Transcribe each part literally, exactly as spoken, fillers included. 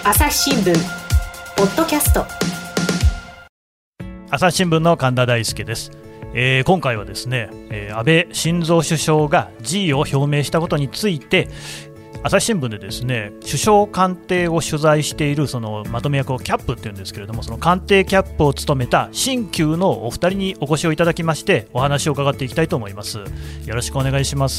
朝日新聞ポッドキャスト。 朝日新聞の神田大輔です。えー、今回はですね、えー、安倍晋三首相が辞意を表明したことについて、朝日新聞でですね、首相官邸を取材しているそのまとめ役をキャップっていうんですけれども、その官邸キャップを務めた新旧のお二人にお越しをいただきまして、お話を伺っていきたいと思います。よろしくお願いします。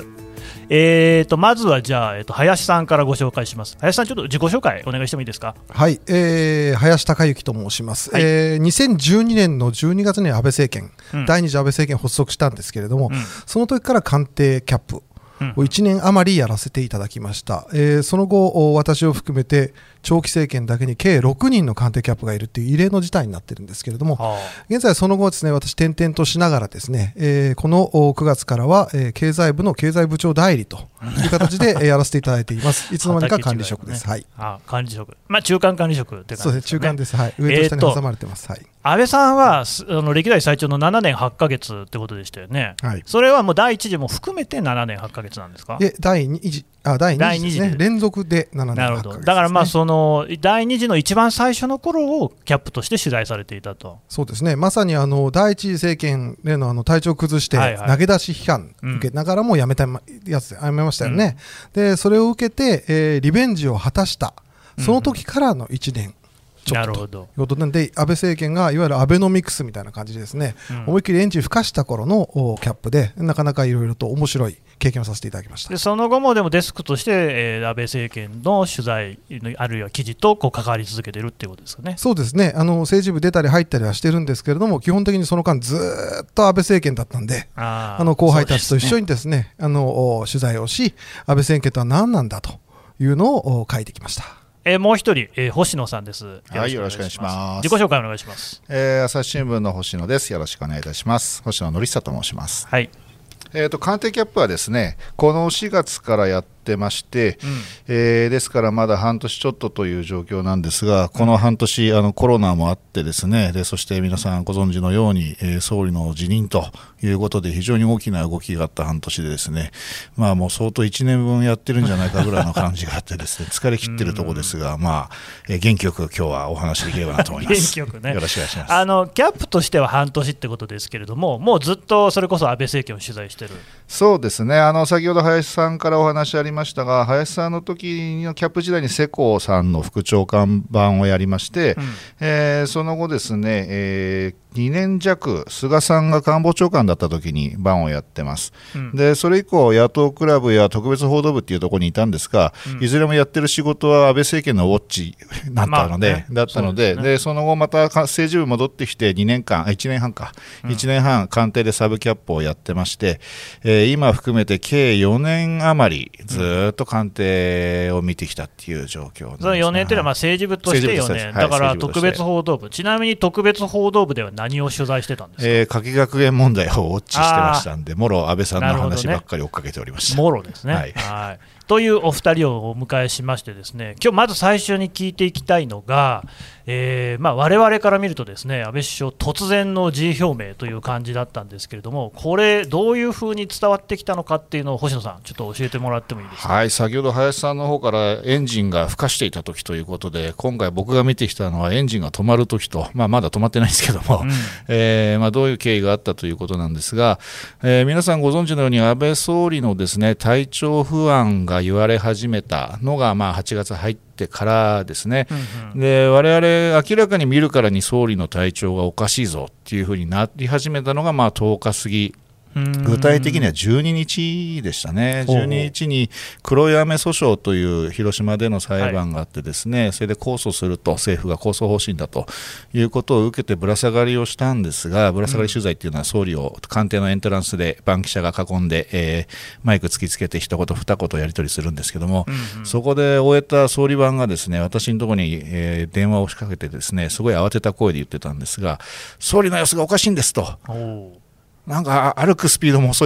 えー、とまずはじゃあ、えー、と林さんからご紹介します。林さん、ちょっと自己紹介お願いしてもいいですか。 はい、えー、林孝之と申します、 はい。 えー、にせんじゅうにねんのじゅうにがつに安倍政権、 うん、 第二次安倍政権発足したんですけれども、うん、その時から官邸キャップをいちねん余りやらせていただきました、えー、その後私を含めて長期政権だけに計ろくにんの官邸キャップがいるという異例の事態になっているんですけれども、はあ、現在その後ですね、私転々としながらですね、えー、このくがつからは、えー、経済部の経済部長代理という形でやらせていただいていますいつの間にか管理職です、ね。はい、 あ管理職、まあ、中間管理職って感じですかね。 そうです、中間です、はい、上と下に挟まれてます、はい。 安倍さんはあの歴代最長のななねんはちかげつってことでしたよね、はい。それはもう第一次も含めてななねんはちかげつなんですか。 え第二次あ第二次ですね、連続でななねんはちかげつですね。 だからまあその第二次の一番最初の頃をキャップとして取材されていたと。 そうですね、まさにあの第一次政権でのあの体調を崩して投げ出し批判受けながらもやめたやつでやめましたよね、うん、でそれを受けて、えー、リベンジを果たしたその時からのいちねんちょっとということなんで、安倍政権がいわゆるアベノミクスみたいな感じでですね、うん、思いっきりエンジン吹かした頃のキャップでなかなかいろいろと面白い経験をさせていただきました。 でその後もでもデスクとして、えー、安倍政権の取材あるいは記事とこう関わり続けているっていうことですかね。 そうですね、あの政治部出たり入ったりはしてるんですけれども、基本的にその間ずっと安倍政権だったんで、ああの後輩たちと一緒にですね、あの取材をし、安倍政権とは何なんだというのを書いてきました。 えー、もう一人、えー、星野さんです。 はい、よろしくお願いします。 自己紹介お願いします。 えー、朝日新聞の星野です。よろしくお願いいたします。星野典久と申します。 はい。 えーと、官邸キャップはですね、このしがつからやってまして、うん、えー、ですからまだ半年ちょっとという状況なんですが、この半年あのコロナもあってですね、でそして皆さんご存知のように、えー、総理の辞任ということで非常に大きな動きがあった半年でですね、まあもう相当いちねんぶんやってるんじゃないかぐらいの感じがあってですね疲れ切ってるところですが、まあ、えー、元気よく今日はお話できればなと思います。 元気よくね、 よろしくお願いします。 あのキャップとしては半年ってことですけれども、もうずっとそれこそ安倍政権を取材してる。 そうですね、あの先ほど林さんからお話ありましたが、林さんの時のキャップ時代に世耕さんの副長官版をやりまして、うん、えー、その後ですね、えーにねんじゃく菅さんが官房長官だった時に番をやってます、うん、でそれ以降野党クラブや特別報道部っていうところにいたんですが、うん、いずれもやってる仕事は安倍政権のウォッチだったので、まあね、だったので、そ, で、ね、でその後また政治部戻ってきてにねんかんいちねんはんか、うん、いちねんはん官邸でサブキャップをやってまして、えー、今含めて計よねん余りずっと官邸を見てきたっていう状況なんですね。 そのよねんというのはまあ政治部としてよねん、だから特別報道部、ちなみに特別報道部では何を取材してたんですか。 えー、夏季学園問題をウォッチしてましたんで、もろ安倍さんの話ばっかり追っかけておりました。 もろですね、はいはい、というお二人をお迎えしましてですね、今日まず最初に聞いていきたいのが、えーまあ、我々から見るとですね、安倍首相突然の辞意表明という感じだったんですけれども、これどういうふうに伝わってきたのかっていうのを星野さんちょっと教えてもらってもいいですか。 はい、先ほど林さんの方からエンジンがふかしていた時ということで、今回僕が見てきたのはエンジンが止まる時と、まあ、まだ止まってないんですけども、うん、えーまあ、どういう経緯があったということなんですが、えー、皆さんご存知のように安倍総理のですね体調不安が言われ始めたのがまあはちがつ入ってからですね、うんうん、で我々明らかに見るからに総理の体調がおかしいぞっていうふうになり始めたのがまあとおか過ぎ、具体的にはじゅうににちでしたね。じゅうににちに黒い雨訴訟という広島での裁判があってですね、はい、それで控訴すると政府が控訴方針だということを受けてぶら下がりをしたんですが、ぶら下がり取材というのは総理を官邸のエントランスでバンキシャが囲んで、えー、マイク突きつけて一言二言やり取りするんですけども、うんうん、そこで終えた総理番がですね私のところに、えー、電話を仕掛けてですねすごい慌てた声で言ってたんですが、総理の様子がおかしいんですと、なんか歩くスピードも遅いし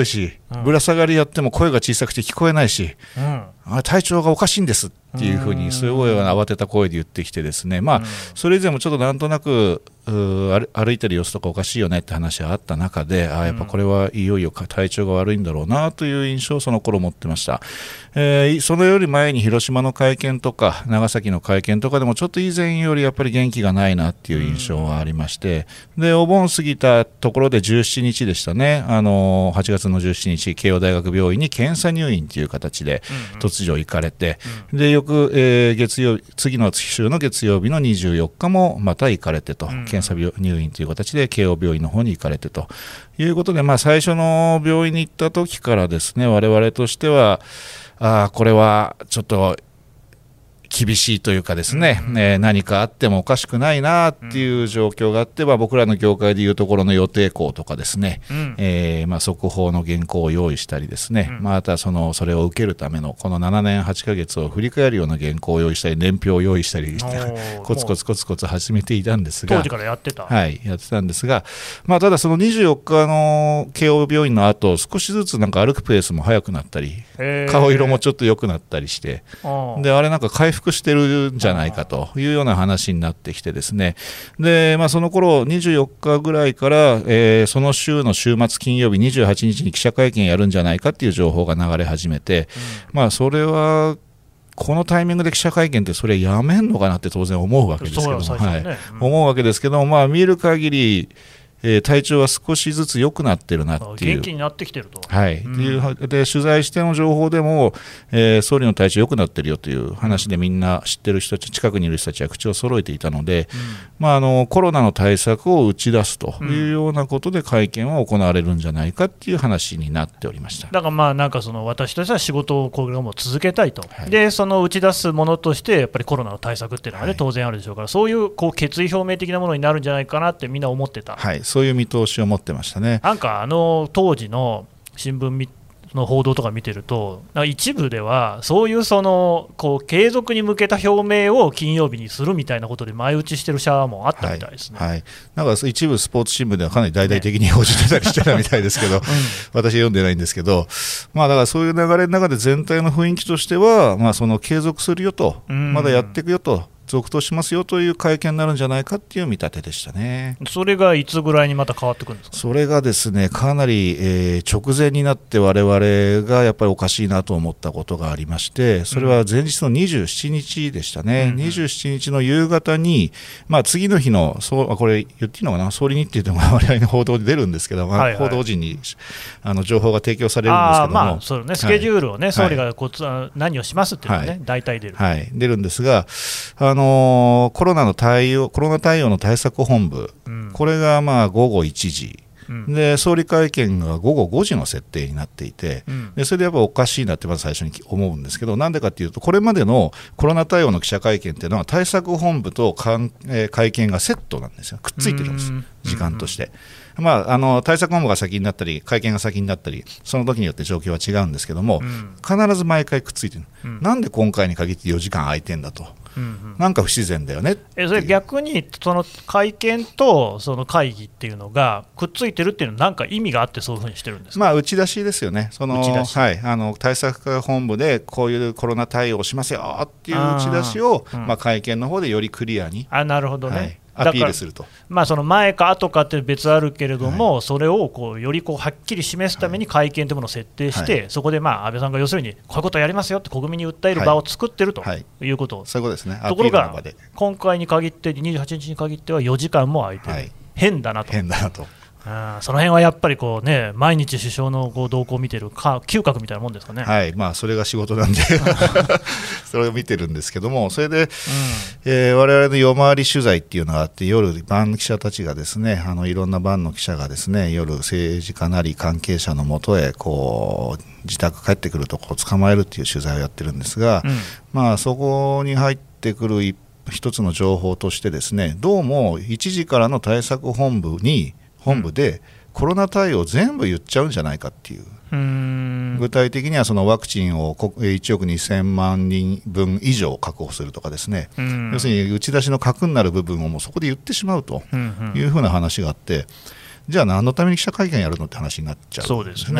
うん、 ぶら下がりやっても声が小さくて聞こえないし、うん、あ体調がおかしいんですっていうふうにすごい慌てた声で言ってきてですね、まあ、それ以前もちょっとなんとなく歩いてる様子とかおかしいよねって話があった中で、あやっぱこれはいよいよ体調が悪いんだろうなという印象をその頃持ってました、えー、そのより前に広島の会見とか長崎の会見とかでもちょっと以前よりやっぱり元気がないなっていう印象がありまして、でお盆過ぎたところでじゅうしちにちでしたね、あのはちがつのじゅうしちにち慶応大学病院に検査入院という形で突如行かれて、で翌、えー、月曜日次の週の月曜日のにじゅうよっかもまた行かれてと、検査入院という形で慶応病院の方に行かれてということで、まあ、最初の病院に行った時からですね、我々としてはあこれはちょっと厳しいというかですね、うんえー、何かあってもおかしくないなっていう状況があって、まあ、僕らの業界でいうところの予定校とかですね、うんえーまあ、速報の原稿を用意したりですね、うん、またそのそれを受けるためのこのななねんはちかげつを振り返るような原稿を用意したり年表を用意したりコツコツコツコツ始めていたんですが、 当時からやってた、 はい、やってたんですが、まあ、ただそのにじゅうよっかの慶応病院の後少しずつなんか歩くペースも速くなったり顔色もちょっと良くなったりして、であれなんか回復してるんじゃないかというような話になってきてですね、で、まあ、その頃にじゅうよっかぐらいから、えー、その週の週末金曜日にじゅうはちにちに記者会見やるんじゃないかっていう情報が流れ始めて、うんまあ、それはこのタイミングで記者会見ってそれやめんのかなって当然思うわけですけども、 そうよ、ねはいうん、 思うわけですけども、まあ、見る限りえー、体調は少しずつ良くなってるなっていう、 元気になってきてると、 はい、うん、いうで取材しての情報でも、えー、総理の体調良くなってるよという話でみんな知ってる人たち、近くにいる人たちは口を揃えていたので、うんまあ、あのコロナの対策を打ち出すというようなことで会見は行われるんじゃないかっていう話になっておりました。 だからまあなんかその私としては仕事をこれからも続けたいと、 はい、 でその打ち出すものとしてやっぱりコロナの対策っていうのが、ねはい、当然あるでしょうから、そういうこう決意表明的なものになるんじゃないかなってみんな思ってた、 はい、そういう見通しを持ってましたね。 なんかあの当時の新聞の報道とか見てると、一部ではそういうそのこう継続に向けた表明を金曜日にするみたいなことで前打ちしてる社もあったみたいですね、 はいはい、なんか一部スポーツ新聞ではかなり大々的に報じてたりしてたみたいですけど、ねうん、私読んでないんですけど、まあ、だからそういう流れの中で全体の雰囲気としては、まあ、その継続するよと、まだやっていくよと、続投しますよという会見になるんじゃないかっていう見立てでしたね。 それがいつぐらいにまた変わってくるんですか。 それがですね、かなり、えー、直前になって我々がやっぱりおかしいなと思ったことがありまして、それは前日のにじゅうしちにちでしたね、うん、にじゅうしちにちの夕方に、まあ、次の日のそうこれ言っていいのかな、総理日程でも我々の報道で出るんですけど、まあはいはい、報道陣にあの情報が提供されるんですけども、 あ、まあそうね、スケジュールをね、はい、総理がこつ何をしますっていうのがね、はい、大体出る、 はい、出るんですが、あのコロナの対応、コロナ対応の対策本部、うん、これがまあ午後いちじ、うん、で総理会見が午後ごじの設定になっていて、うん、でそれでやっぱおかしいなってまず最初に思うんですけど、なんでかっていうと、これまでのコロナ対応の記者会見っていうのは対策本部とかん、えー、会見がセットなんですよ、くっついてるんです、時間として。まあ、あの対策本部が先になったり会見が先になったりその時によって状況は違うんですけども、うん、必ず毎回くっついてる、うん、なんで今回に限ってよじかん空いてんだと、うんうん、なんか不自然だよねっていう。 えそれ逆にその会見とその会議っていうのがくっついてるっていうのは何か意味があってそういうふうにしてるんですか。 まあ、打ち出しですよね。その、はい、あの対策本部でこういうコロナ対応をしますよっていう打ち出しを、うんまあ、会見の方でよりクリアに、 あなるほどね、はいアピールすると。 まあ、その前か後かって別あるけれども、はい、それをこうよりこうはっきり示すために会見というものを設定して、はい、そこでまあ安倍さんが要するにこういうことをやりますよって国民に訴える場を作ってるということ、はいはい、 そういうことですね。 ところが今回に限ってにじゅうはちにちに限ってはよじかんも空いてる、はい、変だなと。 変だなとあその辺はやっぱりこう、ね、毎日首相のこう動向を見てるか嗅覚みたいなもんですかね。 はい、まあ、それが仕事なんでそれを見てるんですけども、それで、うんえー、我々の夜回り取材っていうのがあって、夜番記者たちがですね、あのいろんな番の記者がですね、夜政治家なり関係者のもとへこう自宅帰ってくるとこを捕まえるっていう取材をやってるんですが、うんまあ、そこに入ってくる一つの情報としてですね、どうもいちじからの対策本部に本部でコロナ対応全部言っちゃうんじゃないかっていう、うーん具体的にはそのワクチンをいちおくにせんまんにんぶん以上確保するとかですね、要するに打ち出しの核になる部分をもうそこで言ってしまうというふうな話があって、じゃあ何のために記者会見やるのって話になっちゃうんですね。そうですね。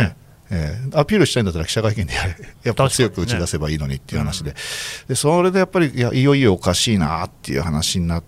えー、アピールしたいんだったら記者会見でやっぱ強く打ち出せばいいのにっていう話で、ね、でそれでやっぱりいやいよいよおかしいなっていう話になって、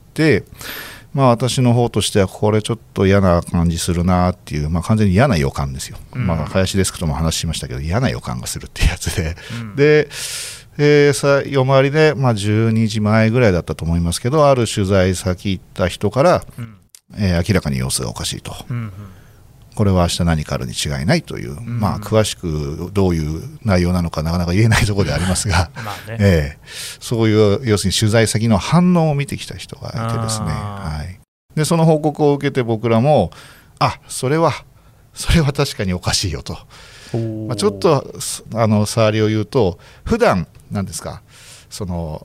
まあ、私の方としてはこれちょっと嫌な感じするなっていう、まあ、完全に嫌な予感ですよ、うんまあ、林デスクとも話しましたけど嫌な予感がするっていうやつで、うん、でえー、さ夜回りで、まあ、じゅうにじまえぐらいだったと思いますけど、ある取材先行った人から、うんえー、明らかに様子がおかしいと、うんうん、これは明日何かあるに違いないという、うんまあ、詳しくどういう内容なのかなかなか言えないところでありますがまあ、ねえー、そういう要するに取材先の反応を見てきた人がいてですね、はい、でその報告を受けて僕らもあそれはそれは確かにおかしいよと、まあ、ちょっとあの触りを言うと普段なんですかその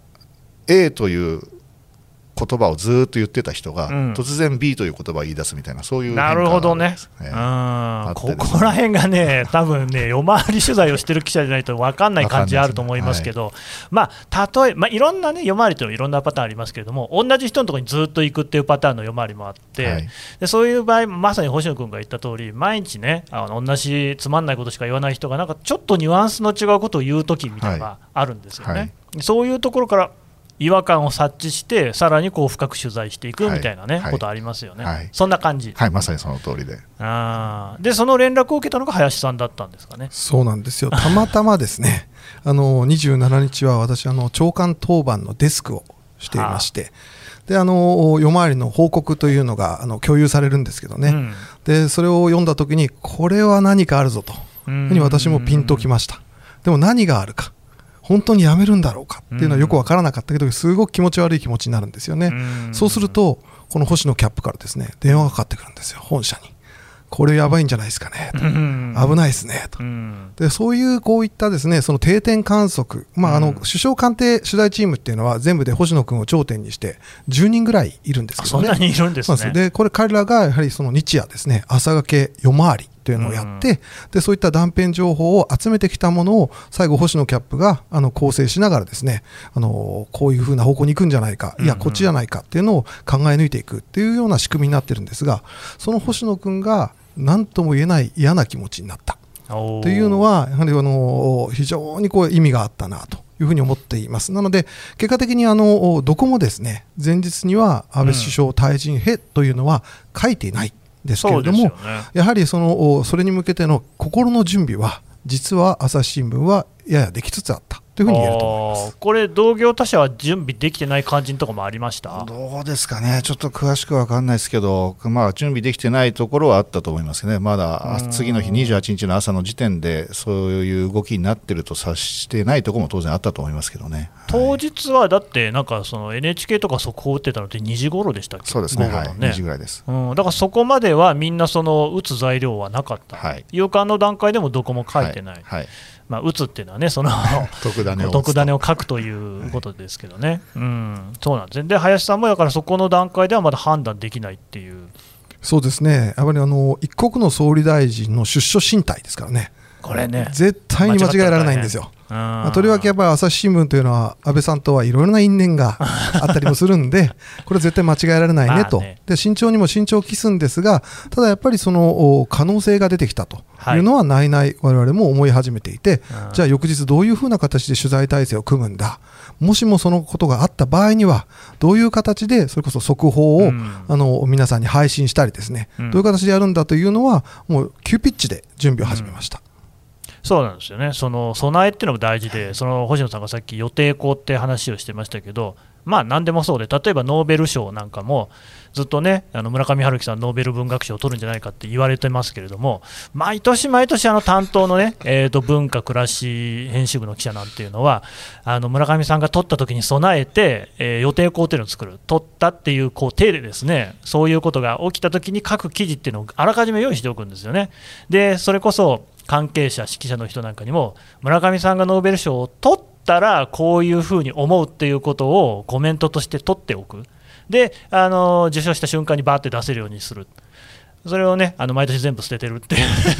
A という言葉をずっと言ってた人が、うん、突然 B という言葉を言い出すみたいなそういう変化が、ね、なるほどね、 えー、ここら辺がね多分ね夜回り取材をしてる記者じゃないと分かんない感じあると思いますけど、はいまあ、例え、まあ、いろんなね夜回りというのはいろんなパターンありますけれども同じ人のところにずっと行くっていうパターンの夜回りもあって、はい、でそういう場合まさに星野君が言った通り毎日ねあの同じつまんないことしか言わない人がなんかちょっとニュアンスの違うことを言うときみたいなのがあるんですよね、はいはい、そういうところから違和感を察知してさらにこう深く取材していくみたいなね、はい、ことありますよね、はい、そんな感じ、 はい、まさにその通りであでその連絡を受けたのが林さんだったんですかね。 そうなんですよたまたまですねあのにじゅうしちにちは私あの朝刊当番のデスクをしていましてであの夜回りの報告というのがあの共有されるんですけどね、うん、でそれを読んだときにこれは何かあるぞというふうに私もピンときました。でも何があるか本当に辞めるんだろうかっていうのはよく分からなかったけどすごく気持ち悪い気持ちになるんですよね。そうするとこの星野キャップからですね電話がかかってくるんですよ本社に。これやばいんじゃないですかねと危ないですねとでそういうこういったですねその定点観測、まあ、あの首相官邸取材チームっていうのは全部で星野君を頂点にしてじゅうにんぐらいいるんですけどね。 そんなにいるんですね。 でこれ彼らがやはりその日夜ですね朝がけ夜回りというのをやって、うん、でそういった断片情報を集めてきたものを最後星野キャップがあの構成しながらですねあのこういうふうな方向に行くんじゃないか、うんうん、いやこっちじゃないかっていうのを考え抜いていくっていうような仕組みになってるんですがその星野君が何とも言えない嫌な気持ちになったというのはやはりあの非常にこう意味があったなというふうに思っています。なので結果的にあのどこもですね前日には安倍首相退陣へというのは書いていないですけれども、ね、やはりそのそれに向けての心の準備は実は朝日新聞はややできつつあったというふうに言えると思います。 これ同業他社は準備できてない感じのところもありました。 どうですかねちょっと詳しく分かんないですけど、まあ、準備できてないところはあったと思いますね。まだ次の日にじゅうはちにちの朝の時点でそういう動きになっていると察してないところも当然あったと思いますけどね。 当日はだってなんかその エヌエイチケー とか速報を打ってたのってにじ頃でしたっけ。 そうですね、はい、にじぐらいです、 うん、だからそこまではみんなその打つ材料はなかった、はい、夕刊の段階でもどこも書いてない、はいはいまあ、打つっていうのはねその特ダネを特ダネを書くということですけどね、はいうん、そうなんですね。で林さんもだからそこの段階ではまだ判断できないっていう。 そうですねやっぱりあの一国の総理大臣の出処進退ですからねこれね絶対に間違えられないんですよ。まあ、とりわけやっぱり朝日新聞というのは安倍さんとはいろいろな因縁があったりもするんでこれは絶対間違えられないねとねで慎重にも慎重を期すんですがただやっぱりその可能性が出てきたというのは内々我々も思い始めていて、はい、じゃあ翌日どういうふうな形で取材体制を組むんだもしもそのことがあった場合にはどういう形でそれこそ速報を、うん、あの皆さんに配信したりですね、うん、どういう形でやるんだというのはもう急ピッチで準備を始めました、うんそうなんですよね。その備えっていうのも大事で、その星野さんがさっき予定校って話をしてましたけど、まあ何でもそうで、例えばノーベル賞なんかもずっとね、あの村上春樹さんノーベル文学賞を取るんじゃないかって言われてますけれども、毎年毎年あの担当のね、えーと文化暮らし編集部の記者なんていうのは、あの村上さんが取った時に備えて、えー、予定校っていうのを作る、取ったっていうこう手でですね、そういうことが起きた時に書く記事っていうのをあらかじめ用意しておくんですよね。でそれこそ関係者、指揮者の人なんかにも村上さんがノーベル賞を取ったらこういうふうに思うっていうことをコメントとして取っておく。であの受賞した瞬間にバーって出せるようにする。それをねあの毎年全部捨ててるっていう、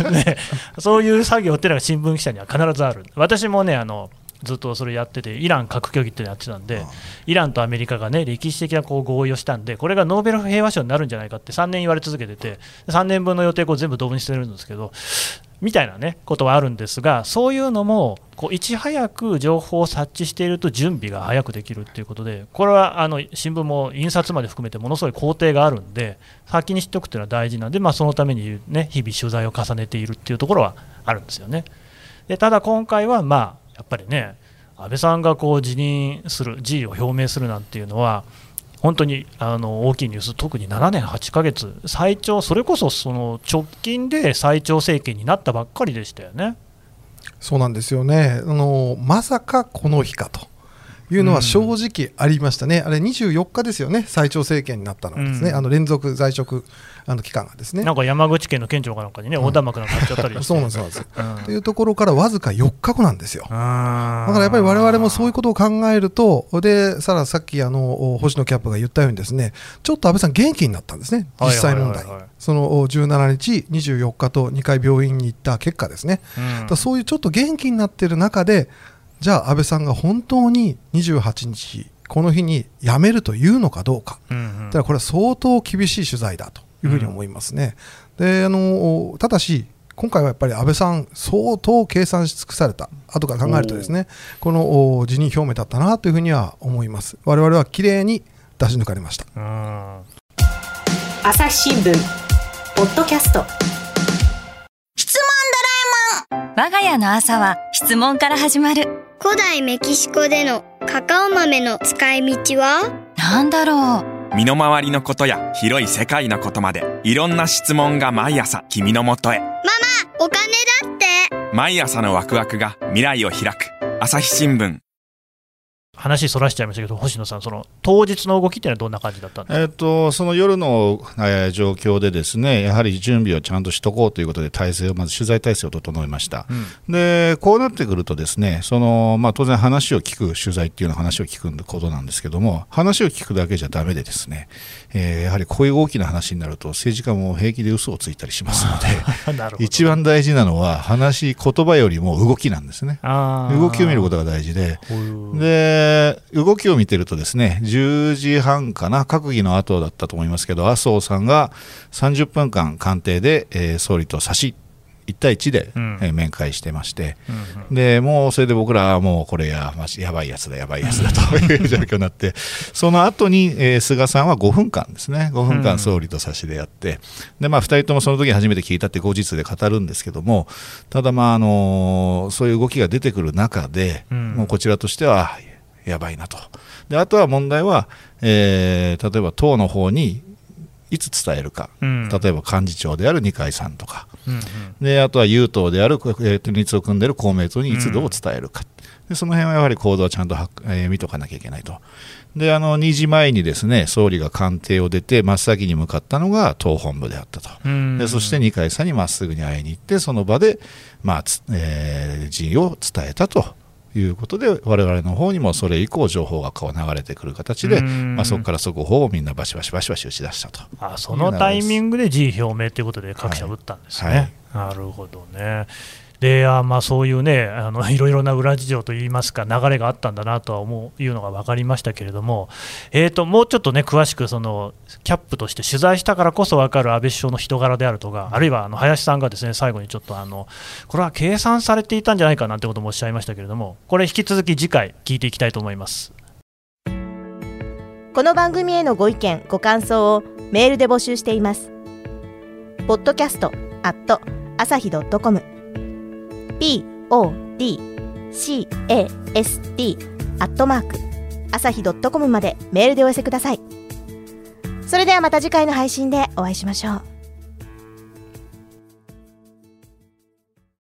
ね、そういう作業っていうのが新聞記者には必ずある。私もねあのずっとそれやっててイラン核協議っていうのやってたんで、イランとアメリカがね歴史的なこう合意をしたんでこれがノーベル平和賞になるんじゃないかってさんねん言われ続けててさんねんぶんの予定を全部動員してるんですけどみたいな、ね、ことはあるんですが、そういうのもこういち早く情報を察知していると準備が早くできるということで、これはあの新聞も印刷まで含めてものすごい工程があるんで、先に知っておくというのは大事なんで、まあ、そのために、ね、日々取材を重ねているというところはあるんですよね。でただ今回は、まあ、やっぱりね、安倍さんがこう辞任する、辞意を表明するなんていうのは、本当にあの大きいニュース、特にななねんはちかげつ、最長、それこそその直近で最長政権になったばっかりでしたよね。 そうなんですよね。あのまさかこの日かというのは正直ありましたね、うん、あれにじゅうよっかですよね、最長政権になったのはですね、うん、あの連続在職あの期間がですね、 なんか山口県の県庁かなんかにね、横断幕なんかやっちゃったりして、 そうなんです、うん、というところからわずかよっかごなんですよ。だからやっぱり我々もそういうことを考えると、でさらさっきあの星野キャップが言ったようにですね、ちょっと安倍さん元気になったんですね、実際問題、はいはいはいはい、そのじゅうしちにち、にじゅうよっかとにかい病院に行った結果ですね、うん、だそういうちょっと元気になっている中で、じゃあ安倍さんが本当ににじゅうはちにちこの日に辞めるというのかどうか、うんうん、だからこれは相当厳しい取材だというふうに思いますね、うん、であのただし今回はやっぱり安倍さん相当計算し尽くされた、後から考えるとですね、この辞任表明だったなというふうには思います。我々はきれいに出し抜かれました。うん、 朝日新聞ポッドキャスト、 質問ドラえもん。我が家の朝は質問から始まる。 古代メキシコでのカカオ豆の使い道はなんだろう。 身の回りのことや広い世界のことまで、いろんな質問が毎朝君のもとへ。 ママ、お金だって。 毎朝のワクワクが未来を開く。朝日新聞。 話そらしちゃいましたけど、星野さん、その当日の動きっていうのはどんな感じだったんですか。 えー、とその夜の、えー、状況でですね、やはり準備をちゃんとしとこうということで体制をまず取材体制を整えました、うん、でこうなってくるとですね、その、まあ、当然話を聞く取材っていうのは話を聞くことなんですけども、話を聞くだけじゃダメでですね、えー、やはりこういう大きな話になると政治家も平気で嘘をついたりしますので一番大事なのは話、言葉よりも動きなんですね。動きを見ることが大事で、で動きを見てるとですね、じゅうじはんかな、閣議の後だったと思いますけど、麻生さんがさんじゅっぷんかん官邸で、えー、総理と差しいちたいいちで、うんえー、面会してまして、うんうん、でもうそれで僕らはもうこれや、まあ、やばいやつだやばいやつだという状況になってその後に、えー、菅さんはごふんかんですね、ごふんかん総理と差しでやって、うんでまあ、ふたりともその時初めて聞いたって後日で語るんですけども、ただ、まああのー、そういう動きが出てくる中で、うん、もうこちらとしてはやばいなと。であとは問題は、えー、例えば党の方にいつ伝えるか、うん、例えば幹事長である二階さんとか、うんうん、であとは有党である連立を組んでいる公明党にいつどう伝えるか、うん、でその辺はやはり行動はちゃんと、えー、見とかなきゃいけないと。であのにじまえにですね、総理が官邸を出て真っ先に向かったのが党本部であったと、うん、でそして二階さんにまっすぐに会いに行って、その場で、まあえー、辞意を伝えたということで、我々の方にもそれ以降情報がこう流れてくる形で、まあ、そこから速報をみんなバシバシバシバシ打ち出したと。 あ、そのタイミングで辞意表明ということで各社打ったんですね、はいはい、なるほどね。であまあ、そういうね、あのいろいろな裏事情といいますか流れがあったんだなとは思ういうのが分かりましたけれども、えー、ともうちょっとね詳しくそのキャップとして取材したからこそ分かる安倍首相の人柄であるとか、あるいはあの林さんがですね最後にちょっとあのこれは計算されていたんじゃないかなということもおっしゃいましたけれども、これ引き続き次回聞いていきたいと思います。 この番組へのご意見ご感想をメールで募集しています。ポッドキャストアット朝日ドットコム ピー オー ディー シー エー エス ティー アットマーク朝日ドットコムまでメールでお寄せください。それではまた次回の配信でお会いしましょう。